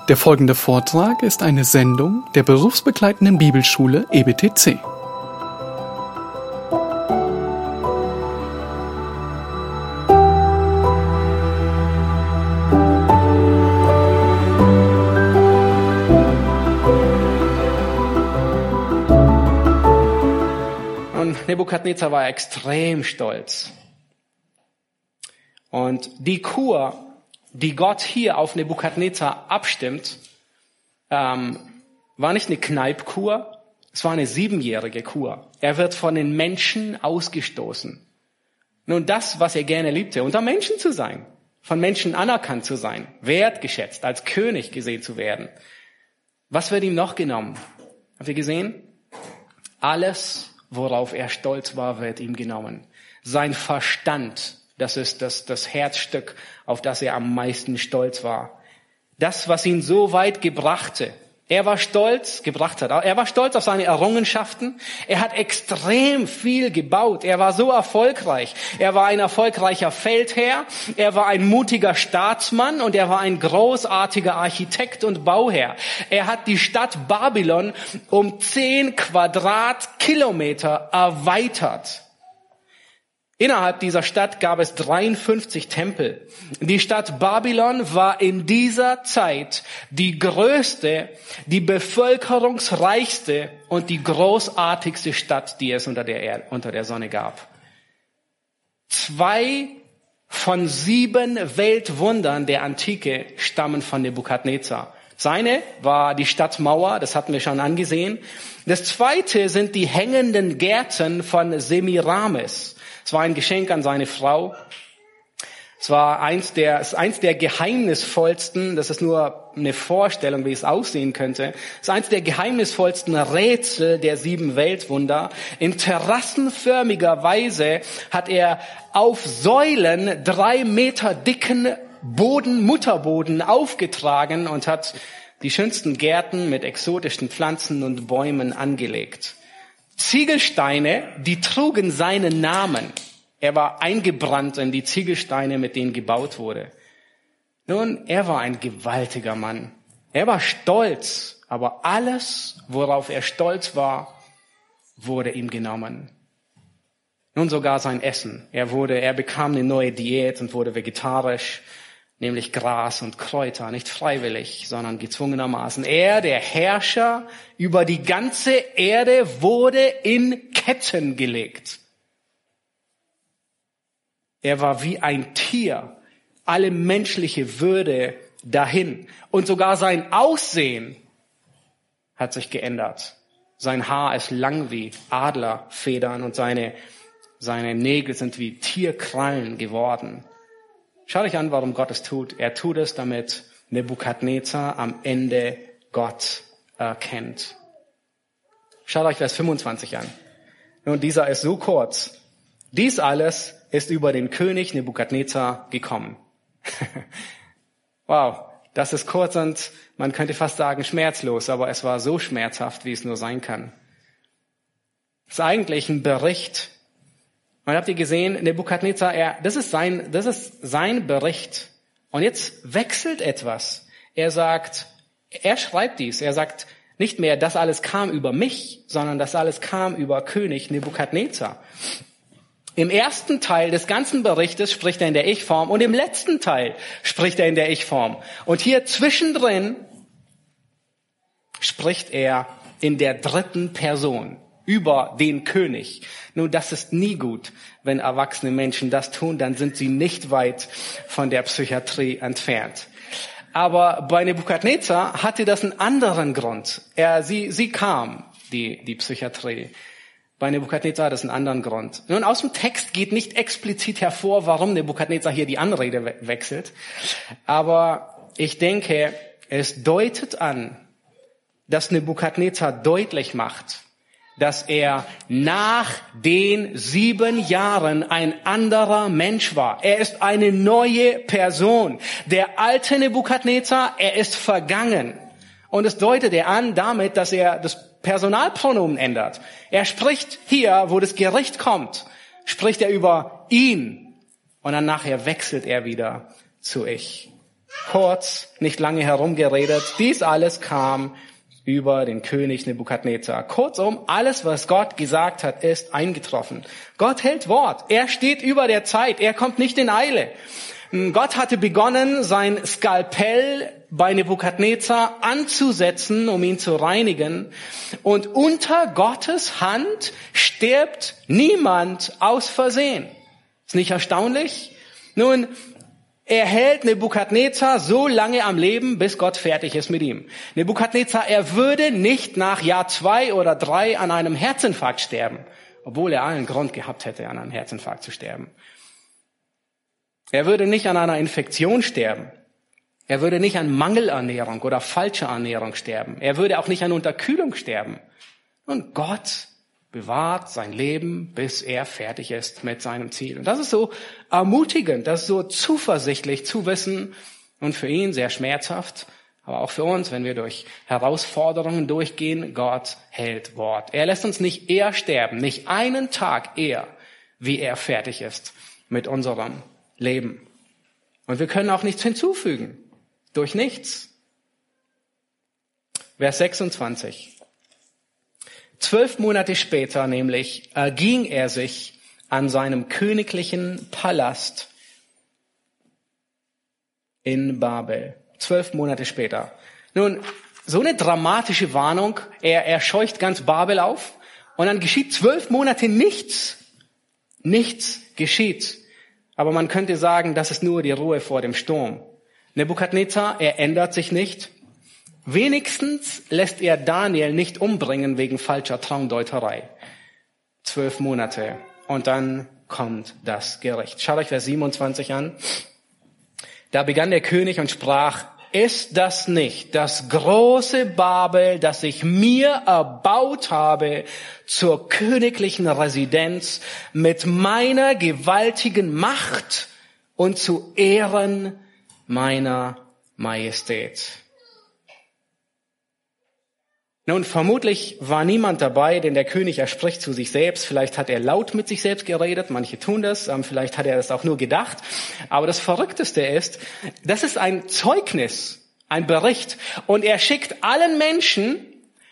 Der folgende Vortrag ist eine Sendung der berufsbegleitenden Bibelschule EBTC. Und Nebukadnezar war extrem stolz. Und die Kur, die Gott hier auf Nebukadnezar abstimmt, war nicht eine Kneipkur, es war eine 7-jährige Kur. Er wird von den Menschen ausgestoßen. Nun, das, was er gerne liebte, unter Menschen zu sein, von Menschen anerkannt zu sein, wertgeschätzt, als König gesehen zu werden. Was wird ihm noch genommen? Habt ihr gesehen? Alles, worauf er stolz war, wird ihm genommen. Sein Verstand, das ist das Herzstück, auf das er am meisten stolz war. Das, was ihn so weit gebracht hat. Er war stolz auf seine Errungenschaften. Er hat extrem viel gebaut. Er war so erfolgreich. Er war ein erfolgreicher Feldherr. Er war ein mutiger Staatsmann und er war ein großartiger Architekt und Bauherr. Er hat die Stadt Babylon um 10 Quadratkilometer erweitert. Innerhalb dieser Stadt gab es 53 Tempel. Die Stadt Babylon war in dieser Zeit die größte, die bevölkerungsreichste und die großartigste Stadt, die es unter der Sonne gab. 2 von 7 Weltwundern der Antike stammen von Nebukadnezar. Seine war die Stadtmauer, das hatten wir schon angesehen. Das zweite sind die hängenden Gärten von Semiramis. Es war ein Geschenk an seine Frau. Es war eins der geheimnisvollsten, das ist nur eine Vorstellung, wie es aussehen könnte. Es ist eins der geheimnisvollsten Rätsel der 7 Weltwunder. In terrassenförmiger Weise hat er auf Säulen 3 Meter dicken Mutterboden aufgetragen und hat die schönsten Gärten mit exotischen Pflanzen und Bäumen angelegt. Ziegelsteine, die trugen seinen Namen. Er war eingebrannt in die Ziegelsteine, mit denen gebaut wurde. Nun, er war ein gewaltiger Mann. Er war stolz, aber alles, worauf er stolz war, wurde ihm genommen. Nun sogar sein Essen. Er bekam eine neue Diät und wurde vegetarisch, nämlich Gras und Kräuter, nicht freiwillig, sondern gezwungenermaßen. Er, der Herrscher über die ganze Erde, wurde in Ketten gelegt. Er war wie ein Tier, alle menschliche Würde dahin. Und sogar sein Aussehen hat sich geändert. Sein Haar ist lang wie Adlerfedern und seine Nägel sind wie Tierkrallen geworden. Schaut euch an, warum Gott es tut. Er tut es, damit Nebukadnezar am Ende Gott erkennt. Schaut euch Vers 25 an. Nun, dieser ist so kurz. Dies alles ist über den König Nebukadnezar gekommen. Wow, das ist kurz und man könnte fast sagen schmerzlos, aber es war so schmerzhaft, wie es nur sein kann. Es ist eigentlich ein Bericht. Und habt ihr gesehen, Nebukadnezar, das ist sein Bericht. Und jetzt wechselt etwas. Er schreibt dies. Er sagt nicht mehr, das alles kam über mich, sondern das alles kam über König Nebukadnezar. Im ersten Teil des ganzen Berichtes spricht er in der Ich-Form und im letzten Teil spricht er in der Ich-Form. Und hier zwischendrin spricht er in der 3. Person. Über den König. Nun, das ist nie gut. Wenn erwachsene Menschen das tun, dann sind sie nicht weit von der Psychiatrie entfernt. Aber bei Nebukadnezar hatte das einen anderen Grund. Sie kam, die Psychiatrie. Bei Nebukadnezar hat das einen anderen Grund. Nun, aus dem Text geht nicht explizit hervor, warum Nebukadnezar hier die Anrede wechselt. Aber ich denke, es deutet an, dass Nebukadnezar deutlich macht, dass er nach den 7 Jahren ein anderer Mensch war. Er ist eine neue Person. Der alte Nebukadnezar, er ist vergangen. Und es deutet er an damit, dass er das Personalpronomen ändert. Er spricht hier, wo das Gericht kommt, spricht er über ihn. Und dann nachher wechselt er wieder zu ich. Kurz, nicht lange herumgeredet. Dies alles kam über den König Nebukadnezar. Kurzum, alles, was Gott gesagt hat, ist eingetroffen. Gott hält Wort. Er steht über der Zeit. Er kommt nicht in Eile. Gott hatte begonnen, sein Skalpell bei Nebukadnezar anzusetzen, um ihn zu reinigen. Und unter Gottes Hand stirbt niemand aus Versehen. Ist nicht erstaunlich? Nun, er hält Nebukadnezar so lange am Leben, bis Gott fertig ist mit ihm. Nebukadnezar, er würde nicht nach Jahr 2 oder 3 an einem Herzinfarkt sterben, obwohl er allen Grund gehabt hätte, an einem Herzinfarkt zu sterben. Er würde nicht an einer Infektion sterben. Er würde nicht an Mangelernährung oder falscher Ernährung sterben. Er würde auch nicht an Unterkühlung sterben. Und Gott bewahrt sein Leben, bis er fertig ist mit seinem Ziel. Und das ist so ermutigend, das ist so zuversichtlich zu wissen und für ihn sehr schmerzhaft, aber auch für uns, wenn wir durch Herausforderungen durchgehen, Gott hält Wort. Er lässt uns nicht eher sterben, nicht einen Tag eher, wie er fertig ist mit unserem Leben. Und wir können auch nichts hinzufügen, durch nichts. Vers 26. 12 Monate später nämlich erging er sich an seinem königlichen Palast in Babel. 12 Monate später. Nun, so eine dramatische Warnung. Er scheucht ganz Babel auf und dann geschieht 12 Monate nichts. Nichts geschieht. Aber man könnte sagen, das ist nur die Ruhe vor dem Sturm. Nebukadnezar, er ändert sich nicht. Wenigstens lässt er Daniel nicht umbringen wegen falscher Traumdeuterei. 12 Monate. Und dann kommt das Gericht. Schaut euch Vers 27 an. Da begann der König und sprach, ist das nicht das große Babel, das ich mir erbaut habe zur königlichen Residenz mit meiner gewaltigen Macht und zu Ehren meiner Majestät? Nun, vermutlich war niemand dabei, denn der König, er spricht zu sich selbst. Vielleicht hat er laut mit sich selbst geredet, manche tun das, vielleicht hat er das auch nur gedacht. Aber das Verrückteste ist, das ist ein Zeugnis, ein Bericht. Und er schickt allen Menschen,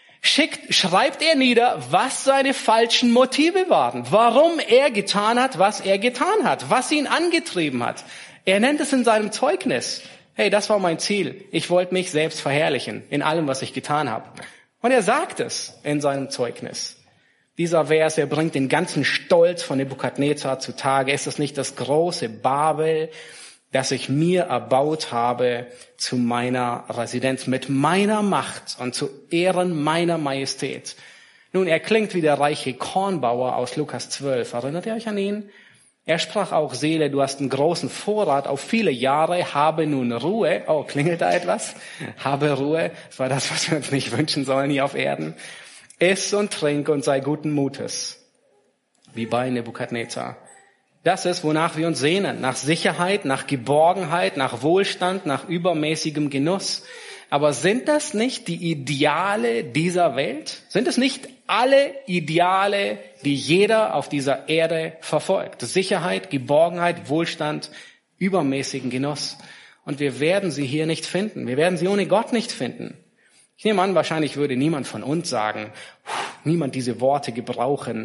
schreibt er nieder, was seine falschen Motive waren, warum er getan hat, was er getan hat, was ihn angetrieben hat. Er nennt es in seinem Zeugnis. Hey, das war mein Ziel. Ich wollte mich selbst verherrlichen in allem, was ich getan habe. Und er sagt es in seinem Zeugnis. Dieser Vers, er bringt den ganzen Stolz von Nebukadnezar zutage. Ist es nicht das große Babel, das ich mir erbaut habe zu meiner Residenz, mit meiner Macht und zu Ehren meiner Majestät? Nun, er klingt wie der reiche Kornbauer aus Lukas 12. Erinnert ihr euch an ihn? Er sprach auch, Seele, du hast einen großen Vorrat auf viele Jahre, habe nun Ruhe. Oh, klingelt da etwas? Habe Ruhe. Das war das, was wir uns nicht wünschen sollen hier auf Erden. Iss und trink und sei guten Mutes. Wie bei Nebukadnezar. Das ist, wonach wir uns sehnen. Nach Sicherheit, nach Geborgenheit, nach Wohlstand, nach übermäßigem Genuss. Aber sind das nicht die Ideale dieser Welt? Sind es nicht alle Ideale, die jeder auf dieser Erde verfolgt? Sicherheit, Geborgenheit, Wohlstand, übermäßigen Genuss. Und wir werden sie hier nicht finden. Wir werden sie ohne Gott nicht finden. Ich nehme an, wahrscheinlich würde niemand von uns sagen, niemand diese Worte gebrauchen,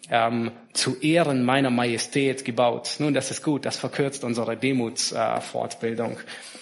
zu Ehren meiner Majestät gebaut. Nun, das ist gut, das verkürzt unsere Demutsfortbildung.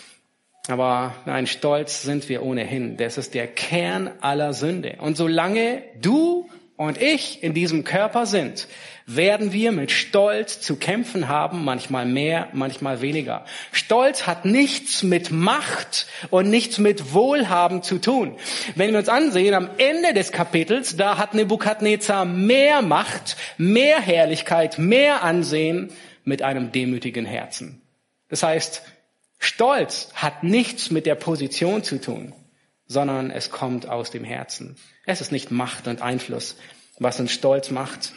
Aber nein, stolz sind wir ohnehin. Das ist der Kern aller Sünde. Und solange du und ich in diesem Körper sind, werden wir mit Stolz zu kämpfen haben, manchmal mehr, manchmal weniger. Stolz hat nichts mit Macht und nichts mit Wohlhaben zu tun. Wenn wir uns ansehen, am Ende des Kapitels, da hat Nebukadnezar mehr Macht, mehr Herrlichkeit, mehr Ansehen mit einem demütigen Herzen. Das heißt, Stolz hat nichts mit der Position zu tun, sondern es kommt aus dem Herzen. Es ist nicht Macht und Einfluss, was uns stolz macht.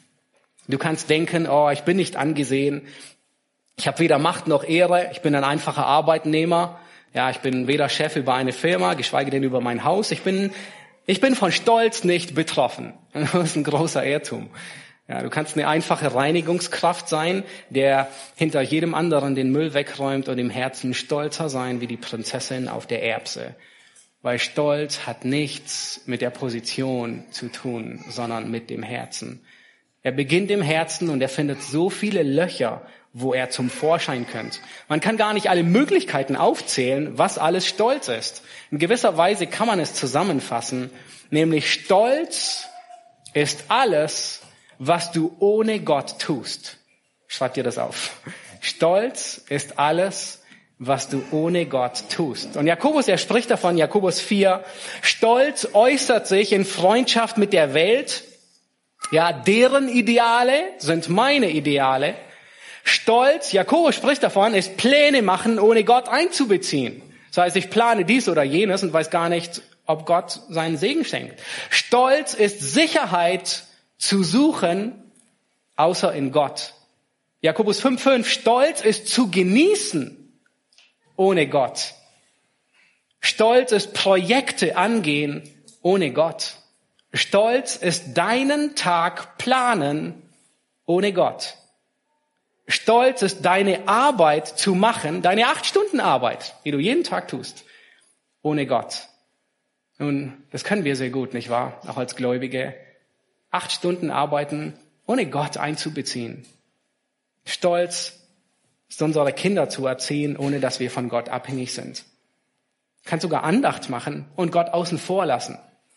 Du kannst denken, oh, ich bin nicht angesehen, ich habe weder Macht noch Ehre, ich bin ein einfacher Arbeitnehmer, ja, ich bin weder Chef über eine Firma, geschweige denn über mein Haus. Ich bin von Stolz nicht betroffen. Das ist ein großer Irrtum. Ja, du kannst eine einfache Reinigungskraft sein, der hinter jedem anderen den Müll wegräumt und im Herzen stolzer sein wie die Prinzessin auf der Erbse. Weil Stolz hat nichts mit der Position zu tun, sondern mit dem Herzen. Er beginnt im Herzen und er findet so viele Löcher, wo er zum Vorschein kommt. Man kann gar nicht alle Möglichkeiten aufzählen, was alles Stolz ist. In gewisser Weise kann man es zusammenfassen, nämlich Stolz ist alles, was du ohne Gott tust. Schreib dir das auf. Stolz ist alles, was du ohne Gott tust. Und Jakobus, er spricht davon, Jakobus 4, Stolz äußert sich in Freundschaft mit der Welt. Ja, deren Ideale sind meine Ideale. Stolz, Jakobus spricht davon, ist Pläne machen, ohne Gott einzubeziehen. Das heißt, ich plane dies oder jenes und weiß gar nicht, ob Gott seinen Segen schenkt. Stolz ist Sicherheit zu suchen, außer in Gott. Jakobus 5,5, Stolz ist zu genießen, ohne Gott. Stolz ist Projekte angehen, ohne Gott. Stolz ist deinen Tag planen, ohne Gott. Stolz ist deine Arbeit zu machen, deine 8-Stunden-Arbeit, die du jeden Tag tust, ohne Gott. Nun, das können wir sehr gut, nicht wahr? Auch als Gläubige. 8 Stunden arbeiten, ohne Gott einzubeziehen. Stolz ist unsere Kinder zu erziehen, ohne dass wir von Gott abhängig sind. Kann sogar Andacht machen und Gott außen vor lassen.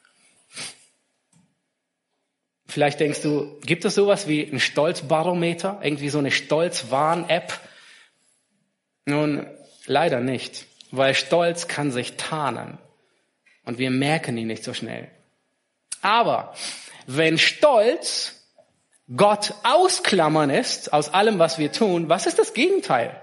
Vielleicht denkst du, gibt es sowas wie ein Stolzbarometer? Irgendwie so eine Stolzwarn-App? Nun, leider nicht, weil Stolz kann sich tarnen und wir merken ihn nicht so schnell. Aber wenn Stolz Gott ausklammern ist aus allem, was wir tun, was ist das Gegenteil?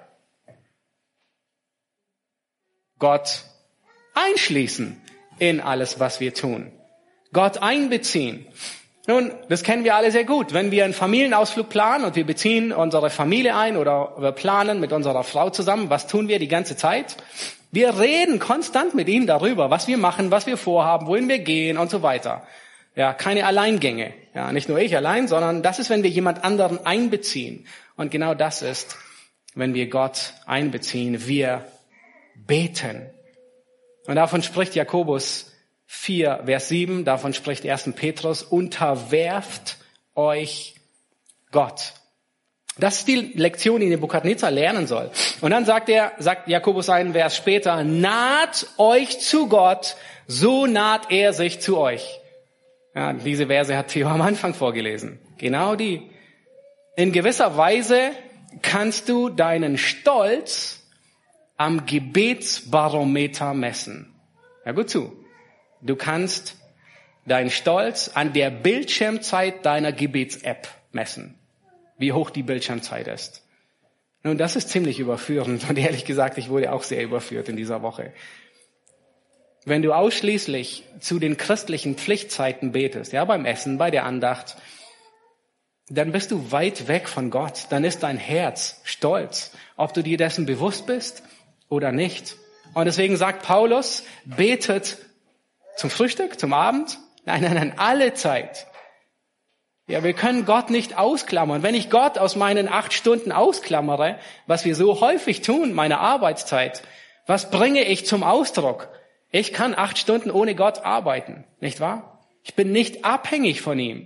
Gott einschließen in alles, was wir tun. Gott einbeziehen. Nun, das kennen wir alle sehr gut. Wenn wir einen Familienausflug planen und wir beziehen unsere Familie ein oder wir planen mit unserer Frau zusammen, was tun wir die ganze Zeit? Wir reden konstant mit ihnen darüber, was wir machen, was wir vorhaben, wohin wir gehen und so weiter. Ja, keine Alleingänge. Ja, nicht nur ich allein, sondern das ist, wenn wir jemand anderen einbeziehen. Und genau das ist, wenn wir Gott einbeziehen. Wir beten. Und davon spricht Jakobus 4, Vers 7, davon spricht 1. Petrus, unterwerft euch Gott. Das ist die Lektion, die Nebukadnezar lernen soll. Und dann sagt Jakobus einen Vers später, naht euch zu Gott, so naht er sich zu euch. Ja, diese Verse hat Theo am Anfang vorgelesen. Genau die. In gewisser Weise kannst du deinen Stolz am Gebetsbarometer messen. Ja, gut zu. Du kannst deinen Stolz an der Bildschirmzeit deiner Gebets-App messen. Wie hoch die Bildschirmzeit ist. Nun, das ist ziemlich überführend. Und ehrlich gesagt, ich wurde auch sehr überführt in dieser Woche. Wenn du ausschließlich zu den christlichen Pflichtzeiten betest, ja, beim Essen, bei der Andacht, dann bist du weit weg von Gott. Dann ist dein Herz stolz, ob du dir dessen bewusst bist oder nicht. Und deswegen sagt Paulus, betet zum Frühstück, zum Abend. Nein, alle Zeit. Ja, wir können Gott nicht ausklammern. Wenn ich Gott aus meinen 8 Stunden ausklammere, was wir so häufig tun, meine Arbeitszeit, was bringe ich zum Ausdruck? Ich kann 8 Stunden ohne Gott arbeiten, nicht wahr? Ich bin nicht abhängig von ihm.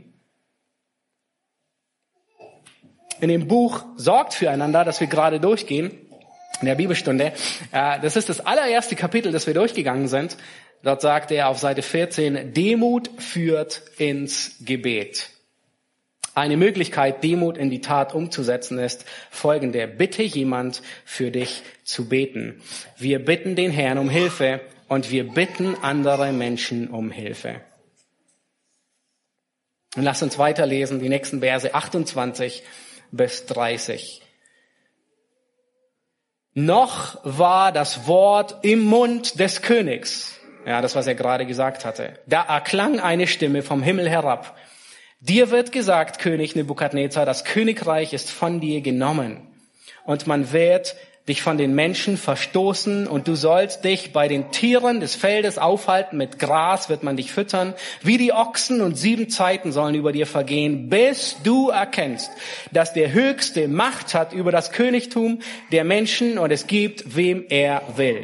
In dem Buch Sorgt füreinander, das wir gerade durchgehen, in der Bibelstunde, das ist das allererste Kapitel, das wir durchgegangen sind. Dort sagt er auf Seite 14, Demut führt ins Gebet. Eine Möglichkeit, Demut in die Tat umzusetzen, ist folgende. Bitte jemand für dich zu beten. Wir bitten den Herrn um Hilfe und wir bitten andere Menschen um Hilfe. Und lasst uns weiterlesen, die nächsten Verse 28 bis 30. Noch war das Wort im Mund des Königs. Ja, das, was er gerade gesagt hatte. Da erklang eine Stimme vom Himmel herab. Dir wird gesagt, König Nebukadnezar, das Königreich ist von dir genommen und man wird dich von den Menschen verstoßen und du sollst dich bei den Tieren des Feldes aufhalten, mit Gras wird man dich füttern, wie die Ochsen und 7 Zeiten sollen über dir vergehen, bis du erkennst, dass der Höchste Macht hat über das Königtum der Menschen und es gibt, wem er will.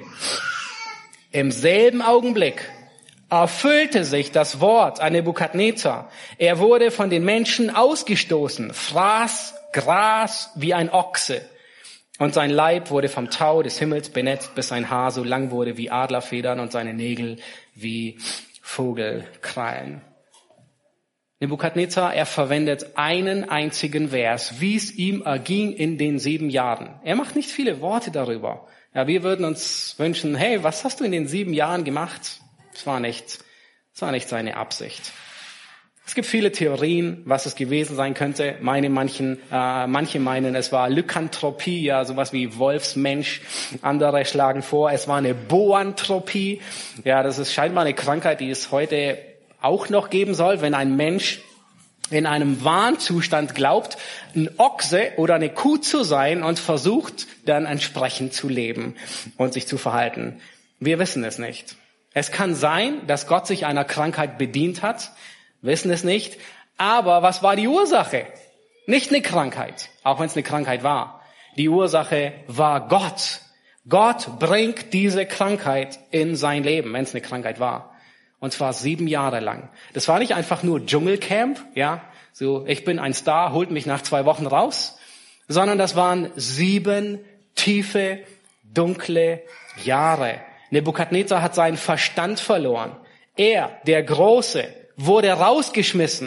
Im selben Augenblick erfüllte sich das Wort an Nebukadnezar. Er wurde von den Menschen ausgestoßen, fraß Gras wie ein Ochse. Und sein Leib wurde vom Tau des Himmels benetzt, bis sein Haar so lang wurde wie Adlerfedern und seine Nägel wie Vogelkrallen. Nebukadnezar, er verwendet einen einzigen Vers, wie es ihm erging in den 7 Jahren. Er macht nicht viele Worte darüber. Ja, wir würden uns wünschen, hey, was hast du in den 7 Jahren gemacht? Es war nicht seine Absicht. Es gibt viele Theorien, was es gewesen sein könnte. Manche meinen, es war Lykanthropie, ja, sowas wie Wolfsmensch. Andere schlagen vor, es war eine Boanthropie. Ja, das ist scheinbar eine Krankheit, die es heute auch noch geben soll, wenn ein Mensch in einem Wahnzustand glaubt, ein Ochse oder eine Kuh zu sein und versucht, dann entsprechend zu leben und sich zu verhalten. Wir wissen es nicht. Es kann sein, dass Gott sich einer Krankheit bedient hat, wissen es nicht. Aber was war die Ursache? Nicht eine Krankheit, auch wenn es eine Krankheit war. Die Ursache war Gott. Gott bringt diese Krankheit in sein Leben, wenn es eine Krankheit war. Und zwar 7 Jahre lang. Das war nicht einfach nur Dschungelcamp, ja, so ich bin ein Star, holt mich nach 2 Wochen raus, sondern das waren 7 tiefe, dunkle Jahre. Nebukadnezar hat seinen Verstand verloren. Er, der Große, wurde rausgeschmissen.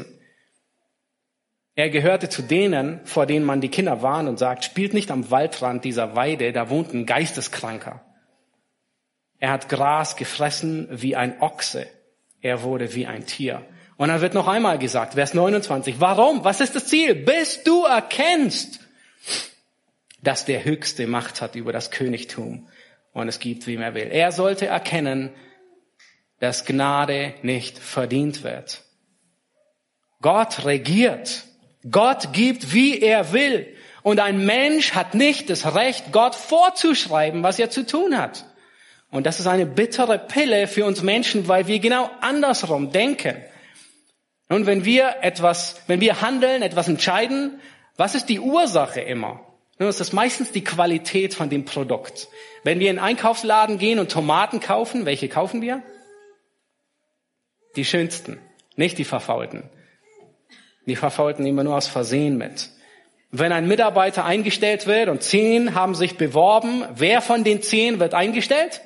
Er gehörte zu denen, vor denen man die Kinder warnt und sagt, spielt nicht am Waldrand dieser Weide, da wohnt ein Geisteskranker. Er hat Gras gefressen wie ein Ochse. Er wurde wie ein Tier. Und dann wird noch einmal gesagt, Vers 29, warum? Was ist das Ziel? Bis du erkennst, dass der Höchste Macht hat über das Königtum und es gibt, wem er will. Er sollte erkennen, dass Gnade nicht verdient wird. Gott regiert. Gott gibt, wie er will. Und ein Mensch hat nicht das Recht, Gott vorzuschreiben, was er zu tun hat. Und das ist eine bittere Pille für uns Menschen, weil wir genau andersrum denken. Und wenn wir handeln, etwas entscheiden, was ist die Ursache immer? Nun, es ist meistens die Qualität von dem Produkt. Wenn wir in einen Einkaufsladen gehen und Tomaten kaufen, welche kaufen wir? Die schönsten, nicht die verfaulten. Die verfaulten nehmen wir nur aus Versehen mit. Wenn ein Mitarbeiter eingestellt wird und 10 haben sich beworben, wer von den 10 wird eingestellt?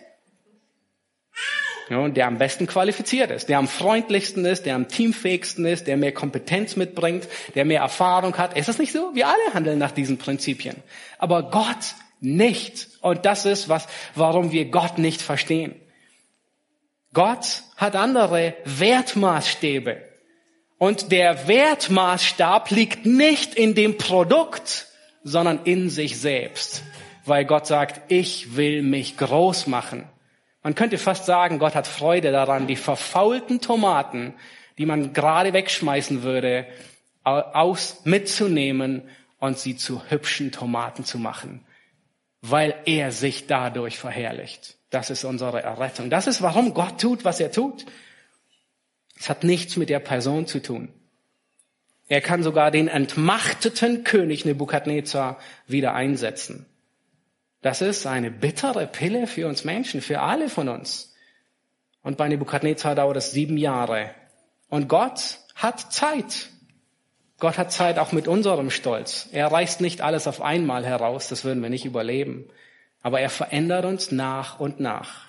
Ja, der am besten qualifiziert ist, der am freundlichsten ist, der am teamfähigsten ist, der mehr Kompetenz mitbringt, der mehr Erfahrung hat. Ist das nicht so? Wir alle handeln nach diesen Prinzipien. Aber Gott nicht. Und das ist warum wir Gott nicht verstehen. Gott hat andere Wertmaßstäbe. Und der Wertmaßstab liegt nicht in dem Produkt, sondern in sich selbst. Weil Gott sagt, ich will mich groß machen. Man könnte fast sagen, Gott hat Freude daran, die verfaulten Tomaten, die man gerade wegschmeißen würde, mitzunehmen und sie zu hübschen Tomaten zu machen. Weil er sich dadurch verherrlicht. Das ist unsere Errettung. Das ist, warum Gott tut, was er tut. Es hat nichts mit der Person zu tun. Er kann sogar den entmachteten König Nebukadnezar wieder einsetzen. Das ist eine bittere Pille für uns Menschen, für alle von uns. Und bei Nebukadnezar dauert es 7 Jahre. Und Gott hat Zeit. Gott hat Zeit auch mit unserem Stolz. Er reißt nicht alles auf einmal heraus, das würden wir nicht überleben. Aber er verändert uns nach und nach.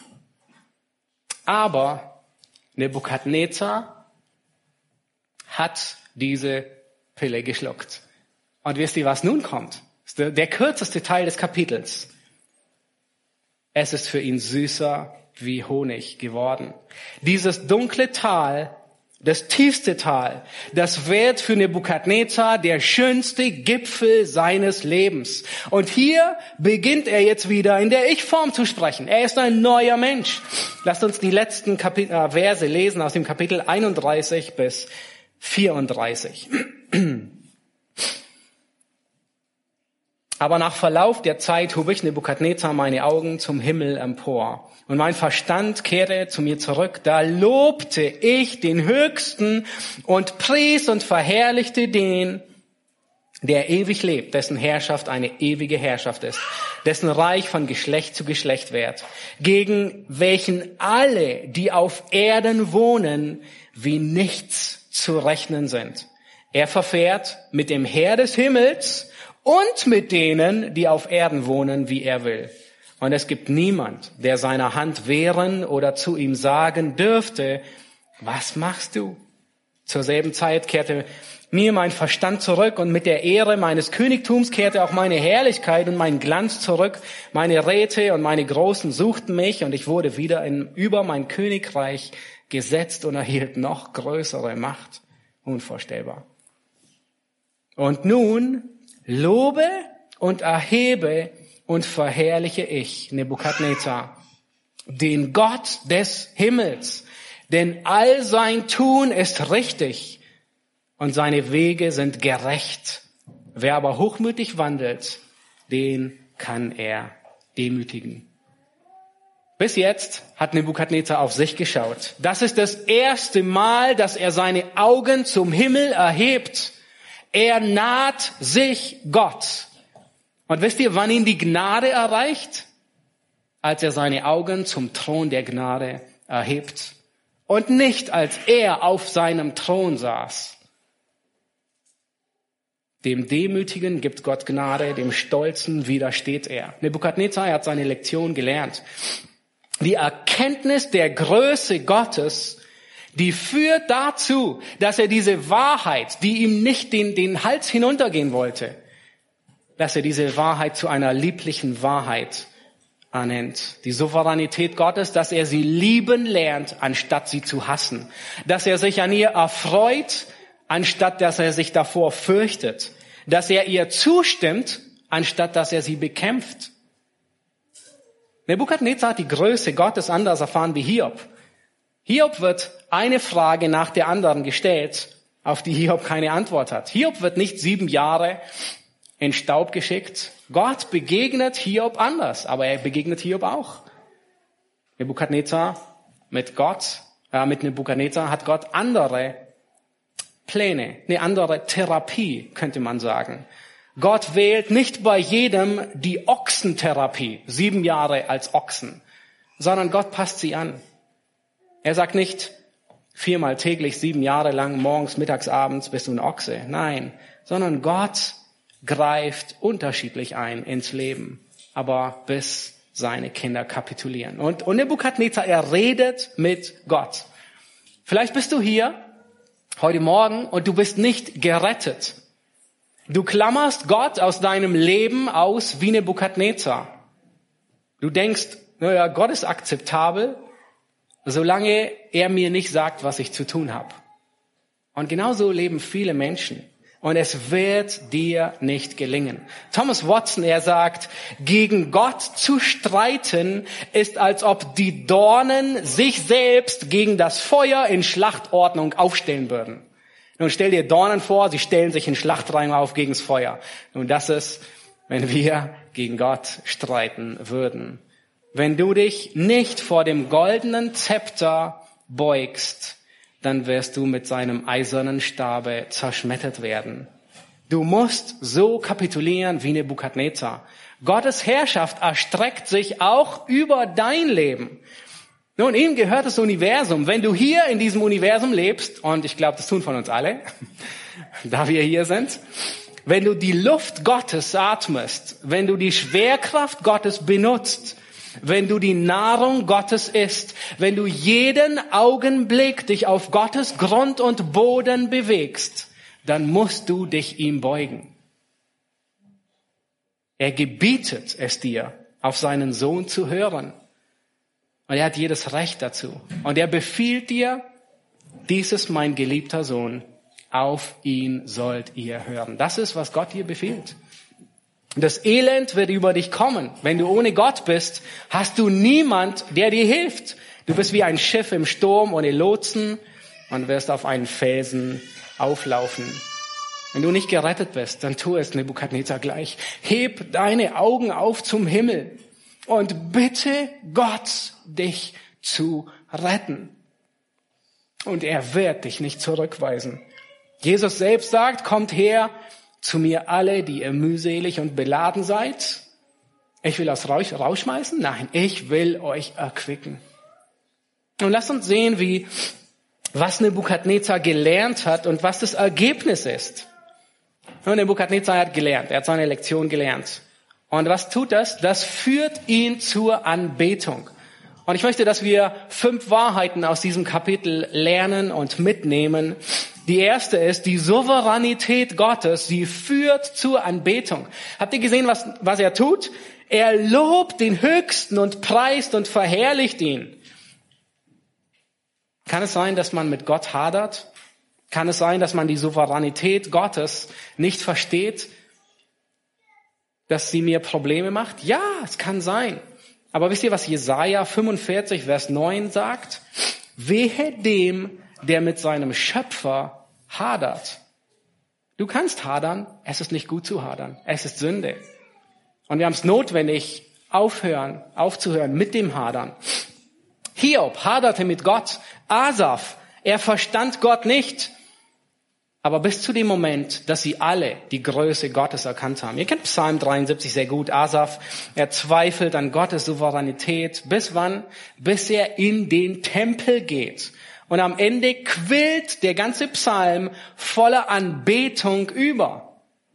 Aber Nebukadnezar hat diese Pille geschluckt. Und wisst ihr, was nun kommt? Das ist der kürzeste Teil des Kapitels. Es ist für ihn süßer wie Honig geworden. Dieses dunkle Tal, das tiefste Tal, das wird für Nebukadnezar der schönste Gipfel seines Lebens. Und hier beginnt er jetzt wieder in der Ich-Form zu sprechen. Er ist ein neuer Mensch. Lasst uns die letzten Verse lesen aus dem Kapitel 31 bis 34. Aber nach Verlauf der Zeit hob ich, Nebukadnezar, meine Augen zum Himmel empor. Und mein Verstand kehrte zu mir zurück. Da lobte ich den Höchsten und pries und verherrlichte den, der ewig lebt, dessen Herrschaft eine ewige Herrschaft ist, dessen Reich von Geschlecht zu Geschlecht währt, gegen welchen alle, die auf Erden wohnen, wie nichts zu rechnen sind. Er verfährt mit dem Heer des Himmels und mit denen, die auf Erden wohnen, wie er will. Und es gibt niemand, der seiner Hand wehren oder zu ihm sagen dürfte, was machst du? Zur selben Zeit kehrte mir mein Verstand zurück und mit der Ehre meines Königtums kehrte auch meine Herrlichkeit und mein Glanz zurück. Meine Räte und meine Großen suchten mich und ich wurde wieder über mein Königreich gesetzt und erhielt noch größere Macht. Unvorstellbar. Und nun lobe und erhebe und verherrliche ich, Nebukadnezar, den Gott des Himmels, denn all sein Tun ist richtig und seine Wege sind gerecht. Wer aber hochmütig wandelt, den kann er demütigen. Bis jetzt hat Nebukadnezar auf sich geschaut. Das ist das erste Mal, dass er seine Augen zum Himmel erhebt. Er naht sich Gott. Und wisst ihr, wann ihn die Gnade erreicht? Als er seine Augen zum Thron der Gnade erhebt. Und nicht, als er auf seinem Thron saß. Dem Demütigen gibt Gott Gnade, dem Stolzen widersteht er. Nebukadnezar hat seine Lektion gelernt. Die Erkenntnis der Größe Gottes, die führt dazu, dass er diese Wahrheit, die ihm nicht den Hals hinuntergehen wollte, dass er diese Wahrheit zu einer lieblichen Wahrheit ernennt. Die Souveränität Gottes, dass er sie lieben lernt, anstatt sie zu hassen. Dass er sich an ihr erfreut, anstatt dass er sich davor fürchtet. Dass er ihr zustimmt, anstatt dass er sie bekämpft. Nebukadnezar hat die Größe Gottes anders erfahren wie Hiob. Hiob wird eine Frage nach der anderen gestellt, auf die Hiob keine Antwort hat. Hiob wird nicht 7 Jahre in Staub geschickt. Gott begegnet Hiob anders, aber er begegnet Hiob auch. Mit Nebukadnezar hat Gott andere Pläne, eine andere Therapie, könnte man sagen. Gott wählt nicht bei jedem die Ochsentherapie, 7 Jahre als Ochsen, sondern Gott passt sie an. Er sagt nicht 4-mal täglich, 7 Jahre lang, morgens, mittags, abends bist du ein Ochse. Nein, sondern Gott greift unterschiedlich ein ins Leben, aber bis seine Kinder kapitulieren. Und Nebukadnezar, er redet mit Gott. Vielleicht bist du hier heute Morgen und du bist nicht gerettet. Du klammerst Gott aus deinem Leben aus wie Nebukadnezar. Du denkst, naja, Gott ist akzeptabel, solange er mir nicht sagt, was ich zu tun habe. Und genauso leben viele Menschen. Und es wird dir nicht gelingen. Thomas Watson, er sagt, gegen Gott zu streiten ist, als ob die Dornen sich selbst gegen das Feuer in Schlachtordnung aufstellen würden. Nun stell dir Dornen vor, sie stellen sich in Schlachtreihen auf gegen das Feuer. Nun das ist, wenn wir gegen Gott streiten würden. Wenn du dich nicht vor dem goldenen Zepter beugst, dann wirst du mit seinem eisernen Stabe zerschmettert werden. Du musst so kapitulieren wie Nebukadnezar. Gottes Herrschaft erstreckt sich auch über dein Leben. Nun, ihm gehört das Universum. Wenn du hier in diesem Universum lebst, und ich glaube, das tun von uns alle, da wir hier sind, wenn du die Luft Gottes atmest, wenn du die Schwerkraft Gottes benutzt, wenn du die Nahrung Gottes isst, wenn du jeden Augenblick dich auf Gottes Grund und Boden bewegst, dann musst du dich ihm beugen. Er gebietet es dir, auf seinen Sohn zu hören. Und er hat jedes Recht dazu. Und er befiehlt dir, dies ist mein geliebter Sohn, auf ihn sollt ihr hören. Das ist, was Gott dir befiehlt. Das Elend wird über dich kommen. Wenn du ohne Gott bist, hast du niemand, der dir hilft. Du bist wie ein Schiff im Sturm ohne Lotsen und wirst auf einen Felsen auflaufen. Wenn du nicht gerettet bist, dann tu es Nebukadnezar gleich. Heb deine Augen auf zum Himmel und bitte Gott, dich zu retten. Und er wird dich nicht zurückweisen. Jesus selbst sagt, kommt her zu mir alle, die ihr mühselig und beladen seid. Ich will euch rausschmeißen? Nein, ich will euch erquicken. Und lasst uns sehen, was Nebukadnezar gelernt hat und was das Ergebnis ist. Und Nebukadnezar hat gelernt, er hat seine Lektion gelernt. Und was tut das? Das führt ihn zur Anbetung. Und ich möchte, dass wir 5 Wahrheiten aus diesem Kapitel lernen und mitnehmen. Die erste ist, die Souveränität Gottes, sie führt zur Anbetung. Habt ihr gesehen, was er tut? Er lobt den Höchsten und preist und verherrlicht ihn. Kann es sein, dass man mit Gott hadert? Kann es sein, dass man die Souveränität Gottes nicht versteht? Dass sie mir Probleme macht? Ja, es kann sein. Aber wisst ihr, was Jesaja 45, Vers 9 sagt? Wehe dem, der mit seinem Schöpfer hadert. Du kannst hadern, es ist nicht gut zu hadern. Es ist Sünde. Und wir haben es notwendig, aufzuhören mit dem Hadern. Hiob haderte mit Gott. Asaf, er verstand Gott nicht. Aber bis zu dem Moment, dass sie alle die Größe Gottes erkannt haben. Ihr kennt Psalm 73 sehr gut. Asaf, er zweifelt an Gottes Souveränität. Bis wann? Bis er in den Tempel geht. Und am Ende quillt der ganze Psalm voller Anbetung über.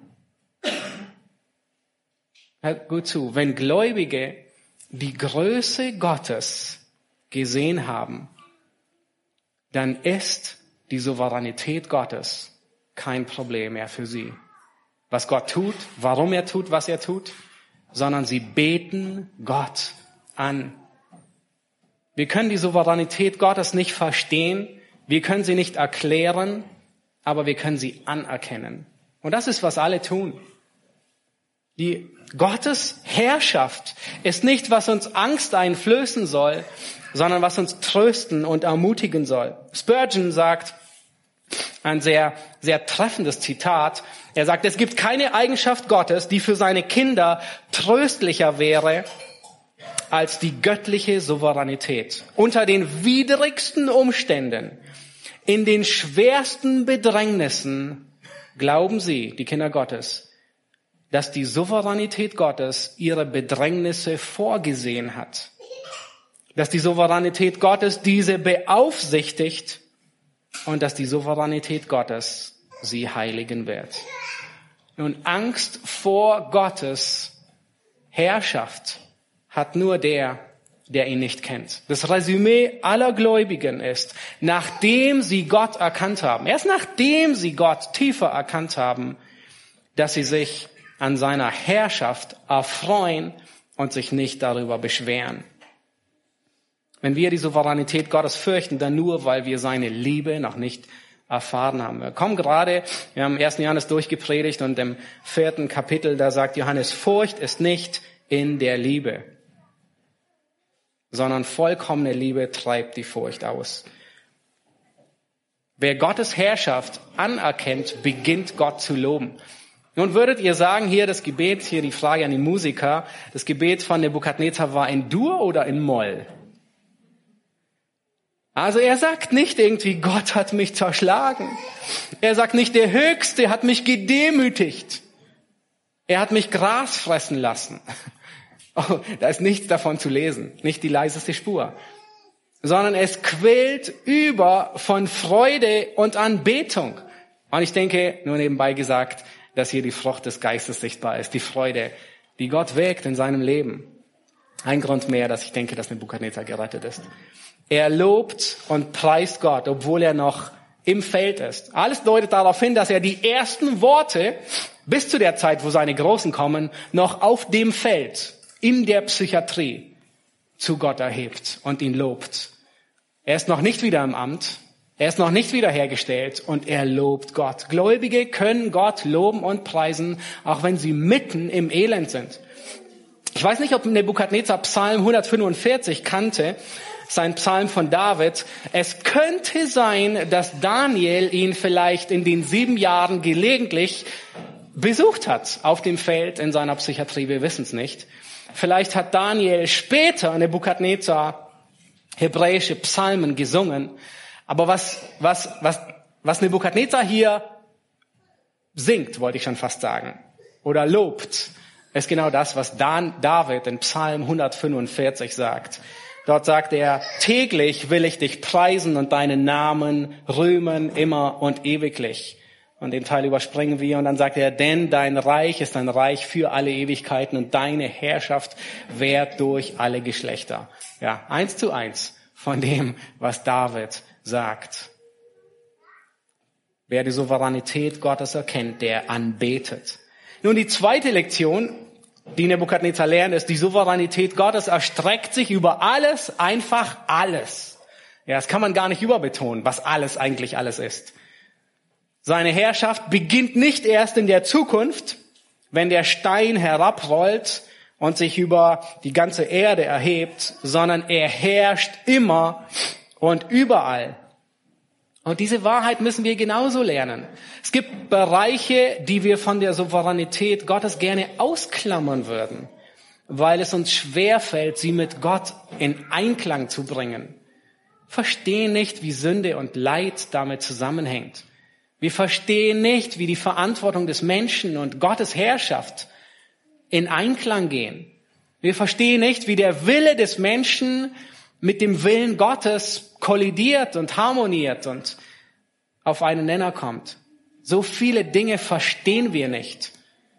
Hört gut zu. Wenn Gläubige die Größe Gottes gesehen haben, dann ist die Souveränität Gottes kein Problem mehr für sie. Was Gott tut, warum er tut, was er tut, sondern sie beten Gott an. Wir können die Souveränität Gottes nicht verstehen, wir können sie nicht erklären, aber wir können sie anerkennen. Und das ist, was alle tun. Die Gottes Herrschaft ist nicht, was uns Angst einflößen soll, sondern was uns trösten und ermutigen soll. Spurgeon sagt, ein sehr, sehr treffendes Zitat. Er sagt, es gibt keine Eigenschaft Gottes, die für seine Kinder tröstlicher wäre als die göttliche Souveränität. Unter den widrigsten Umständen, in den schwersten Bedrängnissen, glauben sie, die Kinder Gottes, dass die Souveränität Gottes ihre Bedrängnisse vorgesehen hat. Dass die Souveränität Gottes diese beaufsichtigt und dass die Souveränität Gottes sie heiligen wird. Nun, Angst vor Gottes Herrschaft hat nur der ihn nicht kennt. Das Resümee aller Gläubigen ist, nachdem sie Gott erkannt haben, erst nachdem sie Gott tiefer erkannt haben, dass sie sich an seiner Herrschaft erfreuen und sich nicht darüber beschweren. Wenn wir die Souveränität Gottes fürchten, dann nur, weil wir seine Liebe noch nicht erfahren haben. Wir haben 1. Johannes durchgepredigt und im 4. Kapitel, da sagt Johannes, Furcht ist nicht in der Liebe, sondern vollkommene Liebe treibt die Furcht aus. Wer Gottes Herrschaft anerkennt, beginnt Gott zu loben. Nun würdet ihr sagen, hier das Gebet, hier die Frage an die Musiker, das Gebet von Nebukadnezar war in Dur oder in Moll? Also er sagt nicht irgendwie, Gott hat mich zerschlagen. Er sagt nicht, der Höchste hat mich gedemütigt. Er hat mich Gras fressen lassen. Oh, da ist nichts davon zu lesen, nicht die leiseste Spur. Sondern es quillt über von Freude und Anbetung. Und ich denke, nur nebenbei gesagt, dass hier die Frucht des Geistes sichtbar ist, die Freude, die Gott wirkt in seinem Leben. Ein Grund mehr, dass ich denke, dass Nebukadnezar gerettet ist. Er lobt und preist Gott, obwohl er noch im Feld ist. Alles deutet darauf hin, dass er die ersten Worte bis zu der Zeit, wo seine Großen kommen, noch auf dem Feld, in der Psychiatrie, zu Gott erhebt und ihn lobt. Er ist noch nicht wieder im Amt, er ist noch nicht wiederhergestellt und er lobt Gott. Gläubige können Gott loben und preisen, auch wenn sie mitten im Elend sind. Ich weiß nicht, ob Nebukadnezar Psalm 145 kannte, sein Psalm von David. Es könnte sein, dass Daniel ihn vielleicht in den 7 Jahren gelegentlich besucht hat auf dem Feld in seiner Psychiatrie. Wir wissen es nicht. Vielleicht hat Daniel später Nebukadnezar hebräische Psalmen gesungen. Aber was Nebukadnezar hier singt, wollte ich schon fast sagen, oder lobt, ist genau das, was David in Psalm 145 sagt. Dort sagt er, täglich will ich dich preisen und deinen Namen rühmen immer und ewiglich. Und den Teil überspringen wir und dann sagt er, denn dein Reich ist ein Reich für alle Ewigkeiten und deine Herrschaft währt durch alle Geschlechter. Ja, 1:1 von dem, was David sagt. Wer die Souveränität Gottes erkennt, der anbetet. Nun, die zweite Lektion, die Nebukadnezar lernt, ist, die Souveränität Gottes erstreckt sich über alles, einfach alles. Ja, das kann man gar nicht überbetonen, was alles eigentlich alles ist. Seine Herrschaft beginnt nicht erst in der Zukunft, wenn der Stein herabrollt und sich über die ganze Erde erhebt, sondern er herrscht immer und überall. Und diese Wahrheit müssen wir genauso lernen. Es gibt Bereiche, die wir von der Souveränität Gottes gerne ausklammern würden, weil es uns schwerfällt, sie mit Gott in Einklang zu bringen. Verstehen nicht, wie Sünde und Leid damit zusammenhängt. Wir verstehen nicht, wie die Verantwortung des Menschen und Gottes Herrschaft in Einklang gehen. Wir verstehen nicht, wie der Wille des Menschen mit dem Willen Gottes kollidiert und harmoniert und auf einen Nenner kommt. So viele Dinge verstehen wir nicht.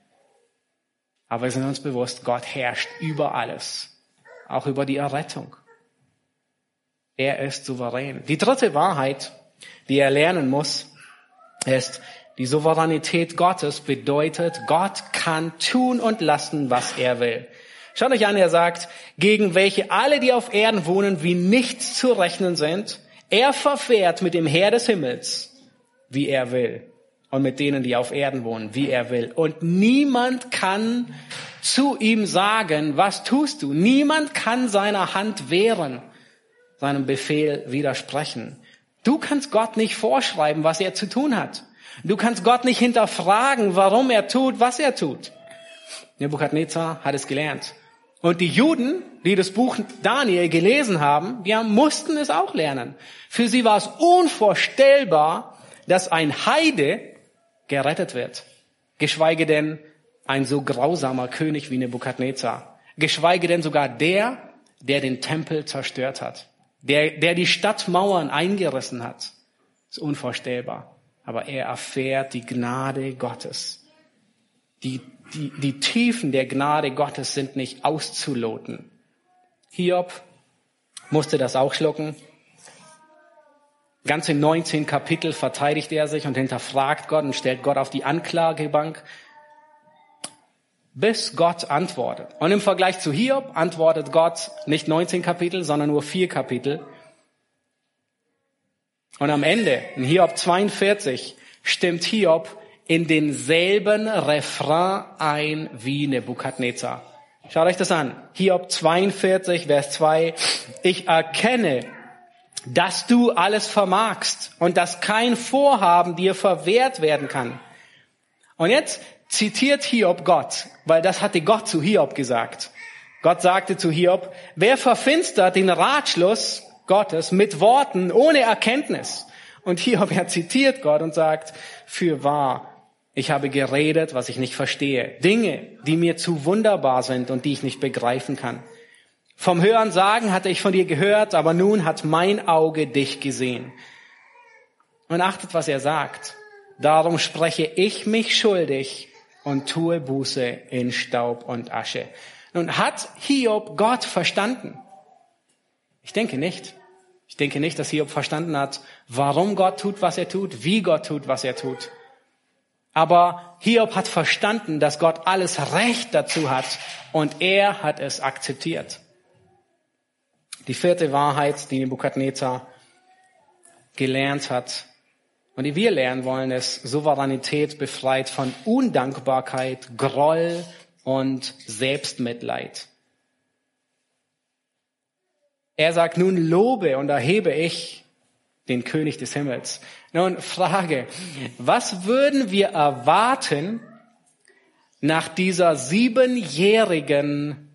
Aber wir sind uns bewusst, Gott herrscht über alles, auch über die Errettung. Er ist souverän. Die dritte Wahrheit, die er lernen muss, ist, die Souveränität Gottes bedeutet, Gott kann tun und lassen, was er will. Schaut euch an, er sagt, gegen welche alle, die auf Erden wohnen, wie nichts zu rechnen sind. Er verfährt mit dem Heer des Himmels, wie er will. Und mit denen, die auf Erden wohnen, wie er will. Und niemand kann zu ihm sagen, was tust du? Niemand kann seiner Hand wehren, seinem Befehl widersprechen. Du kannst Gott nicht vorschreiben, was er zu tun hat. Du kannst Gott nicht hinterfragen, warum er tut, was er tut. Nebukadnezar hat es gelernt. Und die Juden, die das Buch Daniel gelesen haben, die mussten es auch lernen. Für sie war es unvorstellbar, dass ein Heide gerettet wird. Geschweige denn ein so grausamer König wie Nebukadnezar. Geschweige denn sogar der den Tempel zerstört hat. Der die Stadtmauern eingerissen hat. Das ist unvorstellbar. Aber er erfährt die Gnade Gottes. Die Tiefen der Gnade Gottes sind nicht auszuloten. Hiob musste das auch schlucken. Ganze 19 Kapitel verteidigt er sich und hinterfragt Gott und stellt Gott auf die Anklagebank, bis Gott antwortet. Und im Vergleich zu Hiob antwortet Gott nicht 19 Kapitel, sondern nur 4 Kapitel. Und am Ende, in Hiob 42, stimmt Hiob in denselben Refrain ein wie Nebukadnezar. Schaut euch das an. Hiob 42, Vers 2. Ich erkenne, dass du alles vermagst und dass kein Vorhaben dir verwehrt werden kann. Und jetzt zitiert Hiob Gott, weil das hatte Gott zu Hiob gesagt. Gott sagte zu Hiob, wer verfinstert den Ratschluss Gottes mit Worten ohne Erkenntnis? Und Hiob, er zitiert Gott und sagt, fürwahr, ich habe geredet, was ich nicht verstehe. Dinge, die mir zu wunderbar sind und die ich nicht begreifen kann. Vom Hören sagen hatte ich von dir gehört, aber nun hat mein Auge dich gesehen. Und achtet, was er sagt. Darum spreche ich mich schuldig und tue Buße in Staub und Asche. Nun, hat Hiob Gott verstanden? Ich denke nicht. Ich denke nicht, dass Hiob verstanden hat, warum Gott tut, was er tut, wie Gott tut, was er tut. Aber Hiob hat verstanden, dass Gott alles Recht dazu hat und er hat es akzeptiert. Die vierte Wahrheit, die Nebukadnezar gelernt hat und die wir lernen wollen, ist, Souveränität befreit von Undankbarkeit, Groll und Selbstmitleid. Er sagt, nun lobe und erhebe ich den König des Himmels. Nun, Frage, was würden wir erwarten nach dieser 7-jährigen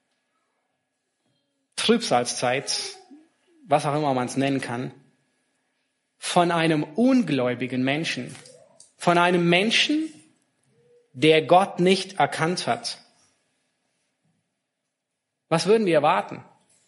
Trübsalzeit, was auch immer man es nennen kann, von einem ungläubigen Menschen, von einem Menschen, der Gott nicht erkannt hat? Was würden wir erwarten?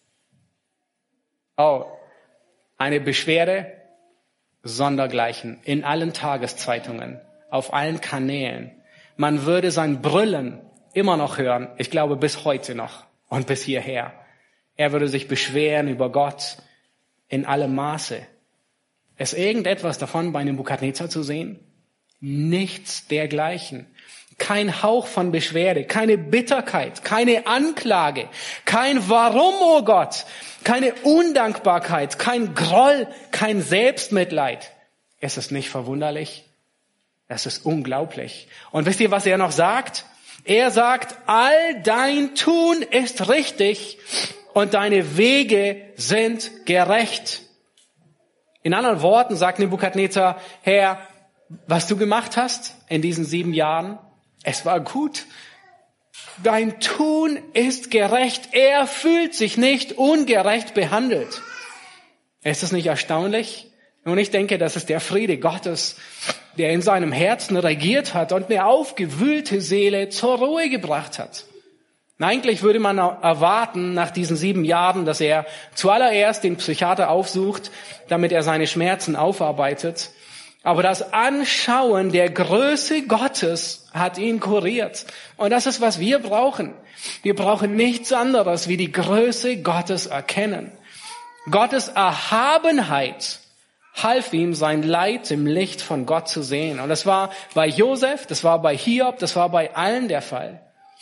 Oh, eine Beschwerde sondergleichen in allen Tageszeitungen, auf allen Kanälen. Man würde sein Brüllen immer noch hören, ich glaube bis heute noch und bis hierher. Er würde sich beschweren über Gott in allem Maße. Ist irgendetwas davon bei Nebukadnezar zu sehen? Nichts dergleichen. Kein Hauch von Beschwerde, keine Bitterkeit, keine Anklage, kein Warum, oh Gott, keine Undankbarkeit, kein Groll, kein Selbstmitleid. Es ist nicht verwunderlich. Es ist unglaublich. Und wisst ihr, was er noch sagt? Er sagt, all dein Tun ist richtig und deine Wege sind gerecht. In anderen Worten sagt Nebukadnezar, Herr, was du gemacht hast in diesen 7 Jahren, es war gut. Dein Tun ist gerecht. Er fühlt sich nicht ungerecht behandelt. Ist es nicht erstaunlich? Und ich denke, das ist der Friede Gottes, der in seinem Herzen regiert hat und eine aufgewühlte Seele zur Ruhe gebracht hat. Eigentlich würde man erwarten, nach diesen 7 Jahren, dass er zuallererst den Psychiater aufsucht, damit er seine Schmerzen aufarbeitet. Aber das Anschauen der Größe Gottes hat ihn kuriert. Und das ist, was wir brauchen. Wir brauchen nichts anderes, wie die Größe Gottes erkennen. Gottes Erhabenheit half ihm, sein Leid im Licht von Gott zu sehen. Und das war bei Josef, das war bei Hiob, das war bei allen der Fall.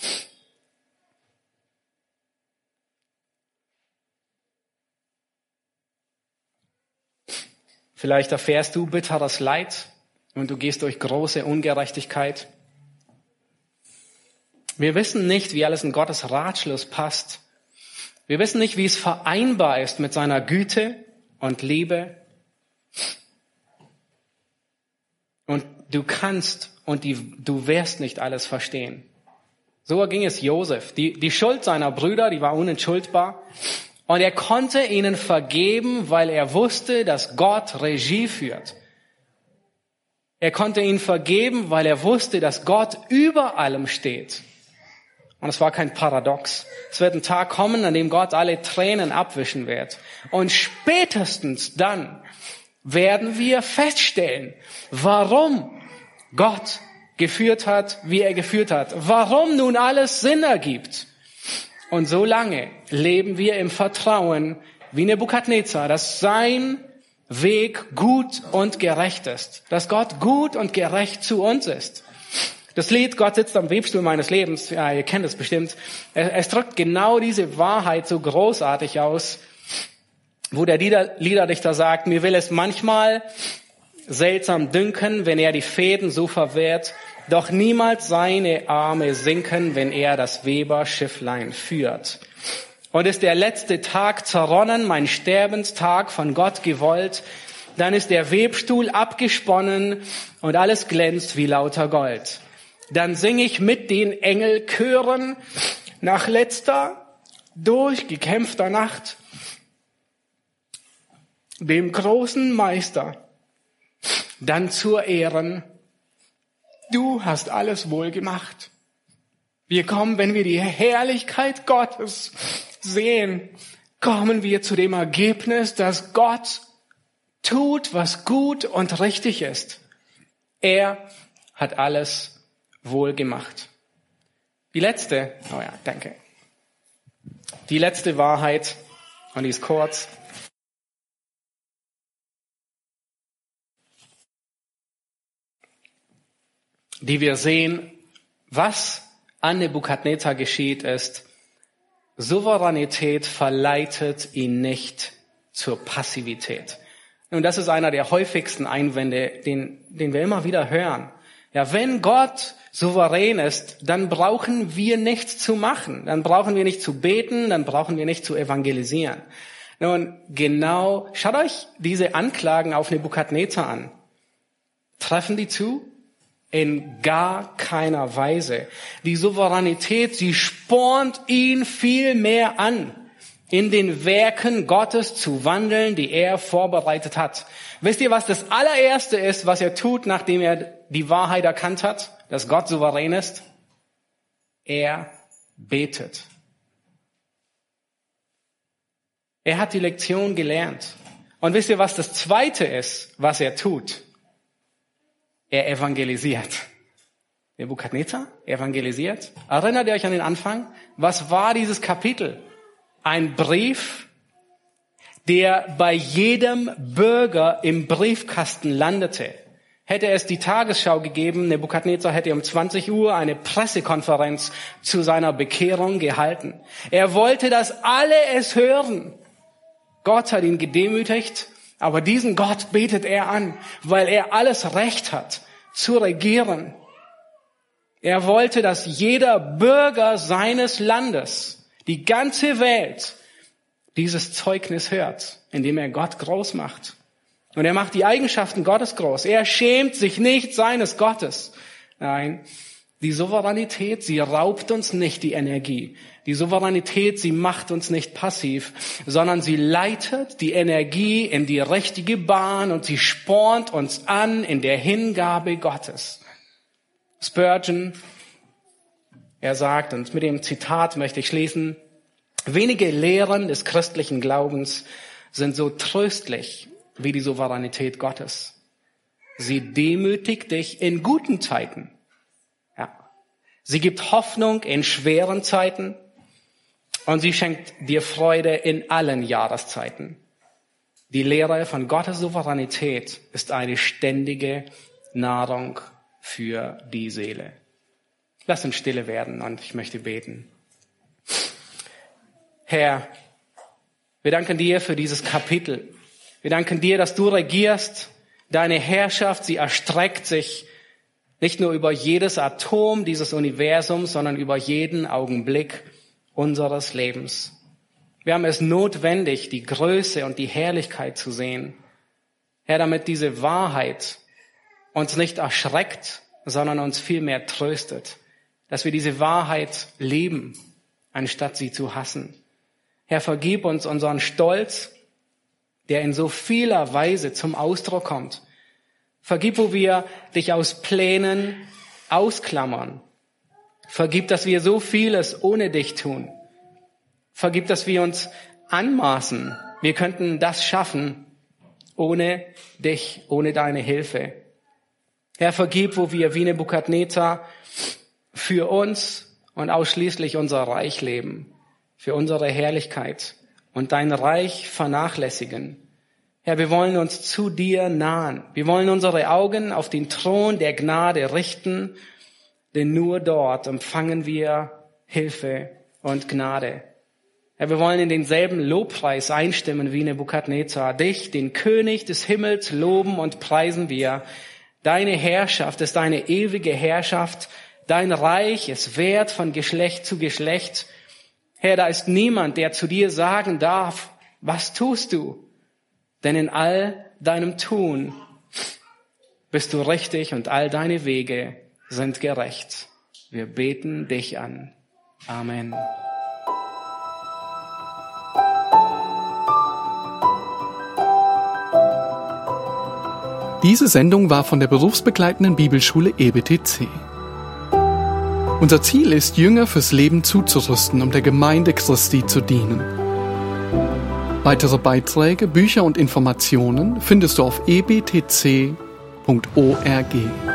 Vielleicht erfährst du bitteres Leid und du gehst durch große Ungerechtigkeit. Wir wissen nicht, wie alles in Gottes Ratschluss passt. Wir wissen nicht, wie es vereinbar ist mit seiner Güte und Liebe. Und du kannst und du wirst nicht alles verstehen. So ging es Josef. Die Schuld seiner Brüder, die war unentschuldbar. Und er konnte ihnen vergeben, weil er wusste, dass Gott Regie führt. Er konnte ihnen vergeben, weil er wusste, dass Gott über allem steht. Und es war kein Paradox. Es wird ein Tag kommen, an dem Gott alle Tränen abwischen wird. Und spätestens dann werden wir feststellen, warum Gott geführt hat, wie er geführt hat. Warum nun alles Sinn ergibt. Und so lange leben wir im Vertrauen, wie Nebukadnezar, dass sein Weg gut und gerecht ist. Dass Gott gut und gerecht zu uns ist. Das Lied Gott sitzt am Webstuhl meines Lebens, ja, ihr kennt es bestimmt. Es drückt genau diese Wahrheit so großartig aus, wo der Liederdichter sagt, mir will es manchmal seltsam dünken, wenn er die Fäden so verwehrt, doch niemals seine Arme sinken, wenn er das Weberschifflein führt. Und ist der letzte Tag zerronnen, mein Sterbenstag von Gott gewollt, dann ist der Webstuhl abgesponnen und alles glänzt wie lauter Gold. Dann sing ich mit den Engelchören nach letzter, durchgekämpfter Nacht dem großen Meister dann zur Ehren. Du hast alles wohl gemacht. Wir kommen, wenn wir die Herrlichkeit Gottes sehen, kommen wir zu dem Ergebnis, dass Gott tut, was gut und richtig ist. Er hat alles wohl gemacht. Die letzte Wahrheit, und die ist kurz. Die wir sehen, was an Nebukadnezar geschieht, ist, Souveränität verleitet ihn nicht zur Passivität. Und das ist einer der häufigsten Einwände, den wir immer wieder hören. Ja, wenn Gott souverän ist, dann brauchen wir nichts zu machen. Dann brauchen wir nicht zu beten, dann brauchen wir nicht zu evangelisieren. Nun, genau, schaut euch diese Anklagen auf Nebukadnezar an. Treffen die zu? In gar keiner Weise. Die Souveränität, sie spornt ihn viel mehr an, in den Werken Gottes zu wandeln, die er vorbereitet hat. Wisst ihr, was das allererste ist, was er tut, nachdem er die Wahrheit erkannt hat, dass Gott souverän ist? Er betet. Er hat die Lektion gelernt. Und wisst ihr, was das Zweite ist, was er tut? Er evangelisiert. Nebukadnezar evangelisiert. Erinnert ihr euch an den Anfang? Was war dieses Kapitel? Ein Brief, der bei jedem Bürger im Briefkasten landete. Hätte es die Tagesschau gegeben, Nebukadnezar hätte um 20 Uhr eine Pressekonferenz zu seiner Bekehrung gehalten. Er wollte, dass alle es hören. Gott hat ihn gedemütigt, aber diesen Gott betet er an, weil er alles Recht hat, zu regieren. Er wollte, dass jeder Bürger seines Landes, die ganze Welt, dieses Zeugnis hört, indem er Gott groß macht. Und er macht die Eigenschaften Gottes groß. Er schämt sich nicht seines Gottes. Nein, die Souveränität, sie raubt uns nicht die Energie. Die Souveränität, sie macht uns nicht passiv, sondern sie leitet die Energie in die richtige Bahn und sie spornt uns an in der Hingabe Gottes. Spurgeon, er sagt, und mit dem Zitat möchte ich schließen, wenige Lehren des christlichen Glaubens sind so tröstlich wie die Souveränität Gottes. Sie demütigt dich in guten Zeiten. Ja. Sie gibt Hoffnung in schweren Zeiten und sie schenkt dir Freude in allen Jahreszeiten. Die Lehre von Gottes Souveränität ist eine ständige Nahrung für die Seele. Lass uns stille werden und ich möchte beten. Herr, wir danken dir für dieses Kapitel. Wir danken dir, dass du regierst. Deine Herrschaft, sie erstreckt sich nicht nur über jedes Atom dieses Universums, sondern über jeden Augenblick unseres Lebens. Wir haben es notwendig, die Größe und die Herrlichkeit zu sehen. Herr, damit diese Wahrheit uns nicht erschreckt, sondern uns vielmehr tröstet. Dass wir diese Wahrheit lieben, anstatt sie zu hassen. Herr, vergib uns unseren Stolz, der in so vieler Weise zum Ausdruck kommt. Vergib, wo wir dich aus Plänen ausklammern. Vergib, dass wir so vieles ohne dich tun. Vergib, dass wir uns anmaßen, wir könnten das schaffen ohne dich, ohne deine Hilfe. Herr, vergib, wo wir wie Nebukadnezar für uns und ausschließlich unser Reich leben, für unsere Herrlichkeit und dein Reich vernachlässigen. Herr, wir wollen uns zu dir nahen. Wir wollen unsere Augen auf den Thron der Gnade richten, denn nur dort empfangen wir Hilfe und Gnade. Herr, wir wollen in denselben Lobpreis einstimmen wie Nebukadnezar. Dich, den König des Himmels, loben und preisen wir. Deine Herrschaft ist eine ewige Herrschaft. Dein Reich ist wert von Geschlecht zu Geschlecht. Herr, da ist niemand, der zu dir sagen darf, was tust du? Denn in all deinem Tun bist du richtig und all deine Wege sind gerecht. Wir beten dich an. Amen. Diese Sendung war von der berufsbegleitenden Bibelschule EBTC. Unser Ziel ist, Jünger fürs Leben zuzurüsten, um der Gemeinde Christi zu dienen. Weitere Beiträge, Bücher und Informationen findest du auf ebtc.org.